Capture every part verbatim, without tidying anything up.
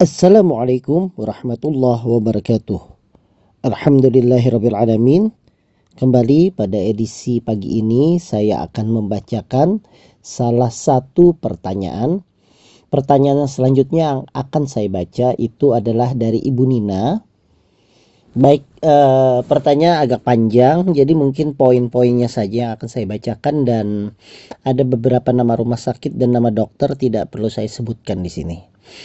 Assalamualaikum warahmatullahi wabarakatuh. Alhamdulillahirrabbilalamin. Kembali pada edisi pagi ini saya akan membacakan salah satu pertanyaan. Pertanyaan selanjutnya yang akan saya baca itu adalah dari Ibu Nina. Baik, eh, pertanyaan agak panjang, jadi mungkin poin-poinnya saja yang akan saya bacakan, dan ada beberapa nama rumah sakit dan nama dokter tidak perlu saya sebutkan di sini.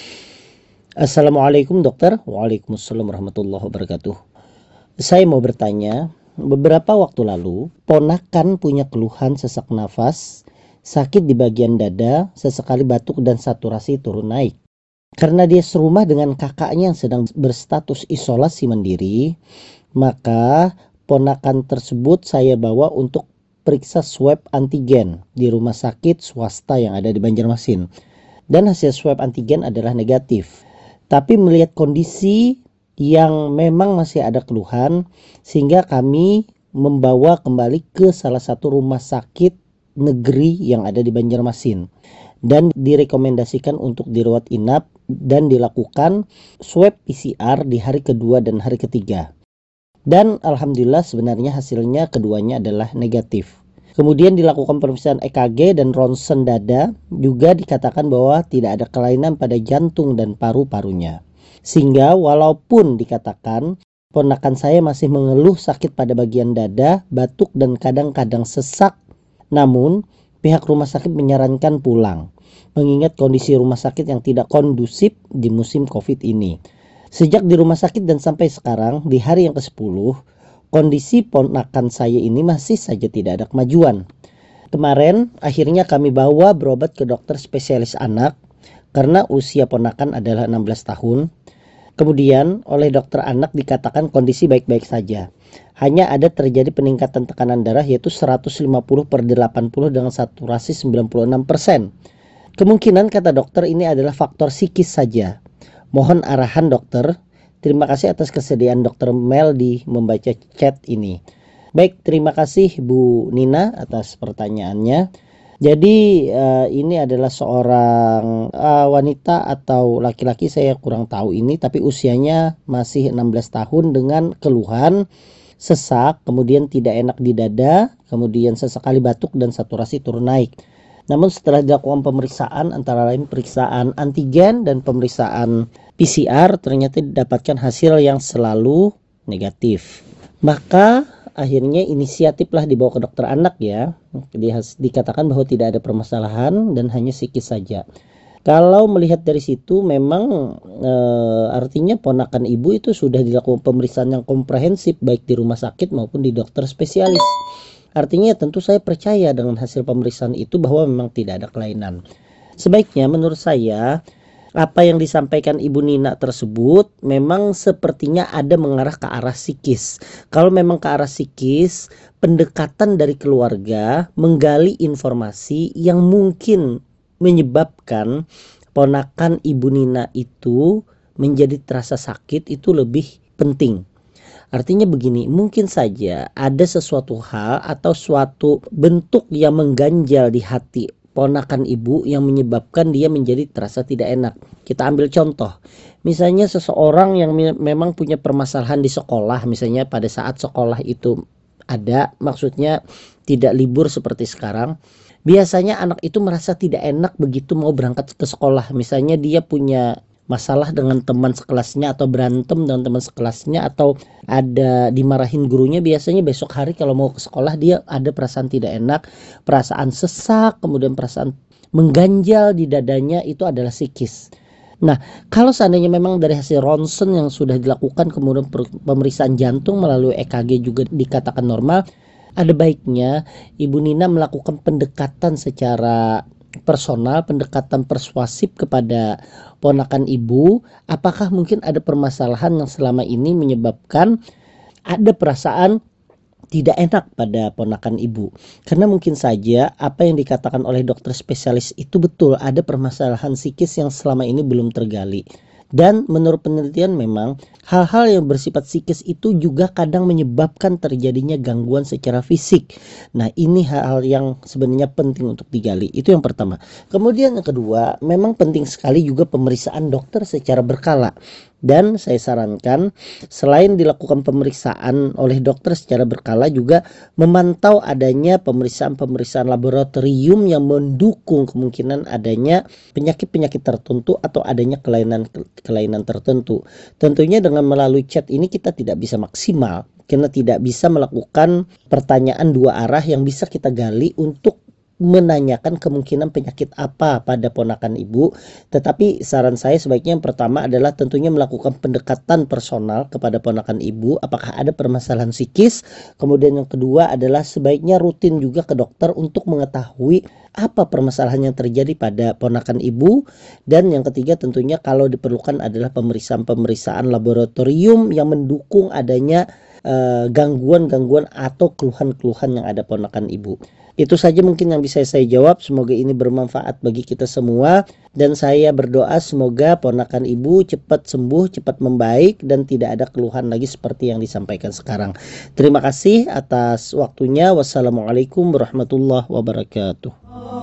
Assalamualaikum dokter. Waalaikumsalam warahmatullahi wabarakatuh. Saya mau bertanya, beberapa waktu lalu ponakan punya keluhan sesak nafas, sakit di bagian dada, sesekali batuk dan saturasi turun naik. Karena dia serumah dengan kakaknya yang sedang berstatus isolasi mandiri, maka ponakan tersebut saya bawa untuk periksa swab antigen di rumah sakit swasta yang ada di Banjarmasin. Dan hasil swab antigen adalah negatif. Tapi melihat kondisi yang memang masih ada keluhan, sehingga kami membawa kembali ke salah satu rumah sakit negeri yang ada di Banjarmasin dan direkomendasikan untuk dirawat inap dan dilakukan swab P C R di hari kedua dan hari ketiga. Dan alhamdulillah sebenarnya hasilnya keduanya adalah negatif. Kemudian dilakukan pemeriksaan E K G dan ronsen dada, juga dikatakan bahwa tidak ada kelainan pada jantung dan paru-parunya. Sehingga walaupun dikatakan ponakan saya masih mengeluh sakit pada bagian dada, batuk dan kadang-kadang sesak, namun pihak rumah sakit menyarankan pulang, mengingat kondisi rumah sakit yang tidak kondusif di musim COVID ini. Sejak di rumah sakit dan sampai sekarang di hari yang kesepuluh, kondisi ponakan saya ini masih saja tidak ada kemajuan. Kemarin akhirnya kami bawa berobat ke dokter spesialis anak karena usia ponakan adalah enam belas tahun. Kemudian oleh dokter anak dikatakan kondisi baik-baik saja. Hanya ada terjadi peningkatan tekanan darah yaitu seratus lima puluh per delapan puluh dengan saturasi sembilan puluh enam persen. Kemungkinan kata dokter ini adalah faktor psikis saja. Mohon arahan dokter. Terima kasih atas kesediaan dokter Meldi membaca chat ini. Baik, terima kasih Bu Nina atas pertanyaannya. Jadi uh, ini adalah seorang uh, wanita atau laki-laki, saya kurang tahu ini, tapi usianya masih enam belas tahun dengan keluhan sesak, kemudian tidak enak di dada, kemudian sesekali batuk dan saturasi turun naik. Namun setelah dilakukan pemeriksaan antara lain pemeriksaan antigen dan pemeriksaan P C R, ternyata didapatkan hasil yang selalu negatif. Maka akhirnya inisiatiflah dibawa ke dokter anak ya. Dikatakan bahwa tidak ada permasalahan dan hanya psikis saja. Kalau melihat dari situ memang e, artinya ponakan ibu itu sudah dilakukan pemeriksaan yang komprehensif baik di rumah sakit maupun di dokter spesialis. Artinya tentu saya percaya dengan hasil pemeriksaan itu bahwa memang tidak ada kelainan. Sebaiknya menurut saya apa yang disampaikan Ibu Nina tersebut memang sepertinya ada mengarah ke arah psikis. Kalau memang ke arah psikis, pendekatan dari keluarga menggali informasi yang mungkin menyebabkan ponakan Ibu Nina itu menjadi terasa sakit itu lebih penting. Artinya begini, mungkin saja ada sesuatu hal atau suatu bentuk yang mengganjal di hati ponakan ibu yang menyebabkan dia menjadi terasa tidak enak. Kita ambil contoh, misalnya seseorang yang memang punya permasalahan di sekolah, misalnya pada saat sekolah itu ada, maksudnya tidak libur seperti sekarang, biasanya anak itu merasa tidak enak begitu mau berangkat ke sekolah. Misalnya dia punya masalah dengan teman sekelasnya atau berantem dengan teman sekelasnya atau ada dimarahin gurunya, biasanya besok hari kalau mau ke sekolah dia ada perasaan tidak enak, perasaan sesak, kemudian perasaan mengganjal di dadanya, itu adalah psikis. Nah, kalau seandainya memang dari hasil ronsen yang sudah dilakukan, kemudian pemeriksaan jantung melalui E K G juga dikatakan normal, ada baiknya Ibu Nina melakukan pendekatan secara personal, pendekatan persuasif kepada ponakan ibu, apakah mungkin ada permasalahan yang selama ini menyebabkan ada perasaan tidak enak pada ponakan ibu. Karena mungkin saja apa yang dikatakan oleh dokter spesialis itu betul, ada permasalahan psikis yang selama ini belum tergali. Dan menurut penelitian memang hal-hal yang bersifat psikis itu juga kadang menyebabkan terjadinya gangguan secara fisik. Nah, ini hal-hal yang sebenarnya penting untuk digali. Itu yang pertama. Kemudian yang kedua, memang penting sekali juga pemeriksaan dokter secara berkala. Dan saya sarankan selain dilakukan pemeriksaan oleh dokter secara berkala, juga memantau adanya pemeriksaan-pemeriksaan laboratorium yang mendukung kemungkinan adanya penyakit-penyakit tertentu atau adanya kelainan-kelainan tertentu. Tentunya dengan melalui chat ini kita tidak bisa maksimal karena tidak bisa melakukan pertanyaan dua arah yang bisa kita gali untuk menanyakan kemungkinan penyakit apa pada ponakan ibu. Tetapi saran saya sebaiknya yang pertama adalah tentunya melakukan pendekatan personal kepada ponakan ibu, apakah ada permasalahan psikis. Kemudian yang kedua adalah sebaiknya rutin juga ke dokter untuk mengetahui apa permasalahan yang terjadi pada ponakan ibu. Dan yang ketiga tentunya kalau diperlukan adalah pemeriksaan-pemeriksaan laboratorium yang mendukung adanya uh, gangguan-gangguan atau keluhan-keluhan yang ada ponakan ibu. Itu saja mungkin yang bisa saya jawab. Semoga ini bermanfaat bagi kita semua. Dan saya berdoa semoga ponakan ibu cepat sembuh, cepat membaik, dan tidak ada keluhan lagi seperti yang disampaikan sekarang. Terima kasih atas waktunya. Wassalamualaikum warahmatullahi wabarakatuh.